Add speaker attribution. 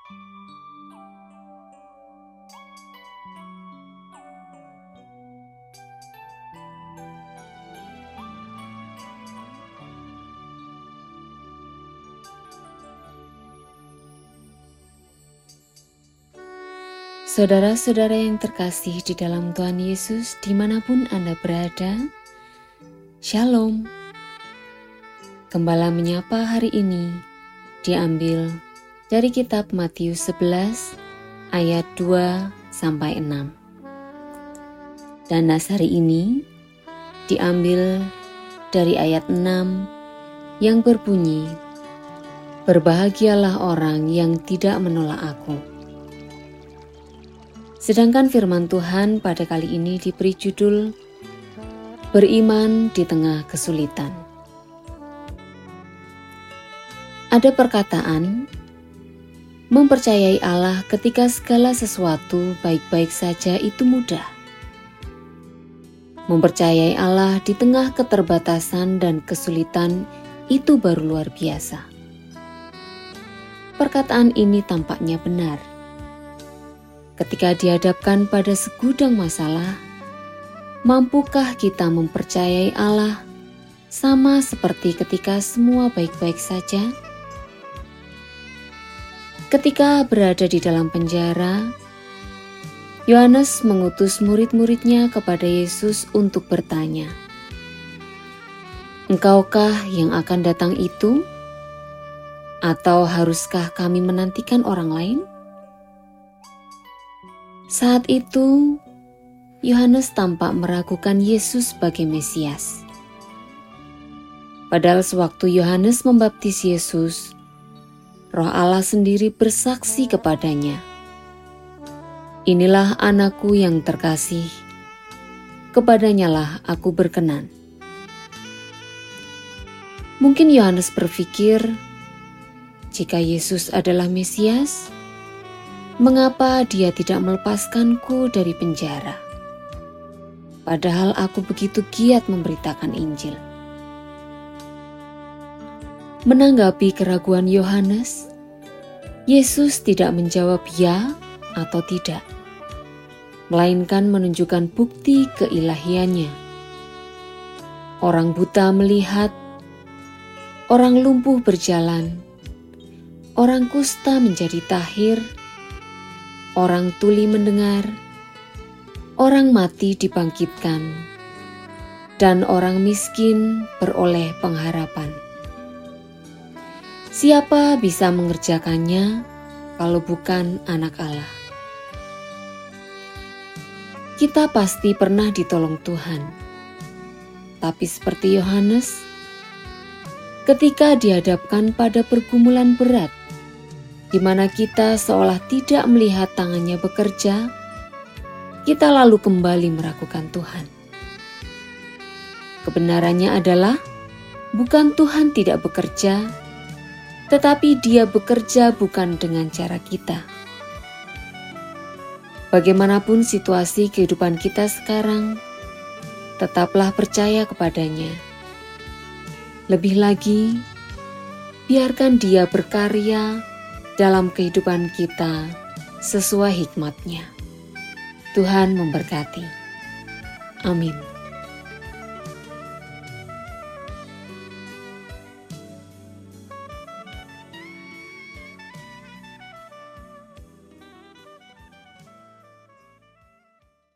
Speaker 1: Saudara-saudara yang terkasih di dalam Tuhan Yesus, dimanapun Anda berada, Shalom. Gembala menyapa hari ini diambil dari kitab Matius 11 ayat 2-6. Dan nas hari ini diambil dari ayat 6 yang berbunyi, "Berbahagialah orang yang tidak menolak aku." Sedangkan firman Tuhan pada kali ini diberi judul Beriman di Tengah Kesulitan. Ada perkataan, mempercayai Allah ketika segala sesuatu baik-baik saja itu mudah. Mempercayai Allah di tengah keterbatasan dan kesulitan itu baru luar biasa. Perkataan ini tampaknya benar. Ketika dihadapkan pada segudang masalah, mampukah kita mempercayai Allah sama seperti ketika semua baik-baik saja? Ketika berada di dalam penjara, Yohanes mengutus murid-muridnya kepada Yesus untuk bertanya, "Engkaukah yang akan datang itu? Atau haruskah kami menantikan orang lain?" Saat itu, Yohanes tampak meragukan Yesus sebagai Mesias. Padahal sewaktu Yohanes membaptis Yesus, Roh Allah sendiri bersaksi kepadanya, "Inilah anakku yang terkasih, kepadanyalah aku berkenan." Mungkin Yohanes berpikir, jika Yesus adalah Mesias, mengapa dia tidak melepaskanku dari penjara? Padahal aku begitu giat memberitakan Injil. Menanggapi keraguan Yohanes, Yesus tidak menjawab ya atau tidak, melainkan menunjukkan bukti keilahiannya. Orang buta melihat, orang lumpuh berjalan, orang kusta menjadi tahir, orang tuli mendengar, orang mati dibangkitkan, dan orang miskin beroleh pengharapan. Siapa bisa mengerjakannya kalau bukan anak Allah? Kita pasti pernah ditolong Tuhan, tapi seperti Yohanes, ketika dihadapkan pada pergumulan berat, di mana kita seolah tidak melihat tangannya bekerja, kita lalu kembali meragukan Tuhan. Kebenarannya adalah, bukan Tuhan tidak bekerja, tetapi Dia bekerja bukan dengan cara kita. Bagaimanapun situasi kehidupan kita sekarang, tetaplah percaya kepadanya. Lebih lagi, biarkan Dia berkarya dalam kehidupan kita sesuai hikmat-Nya. Tuhan memberkati. Amin.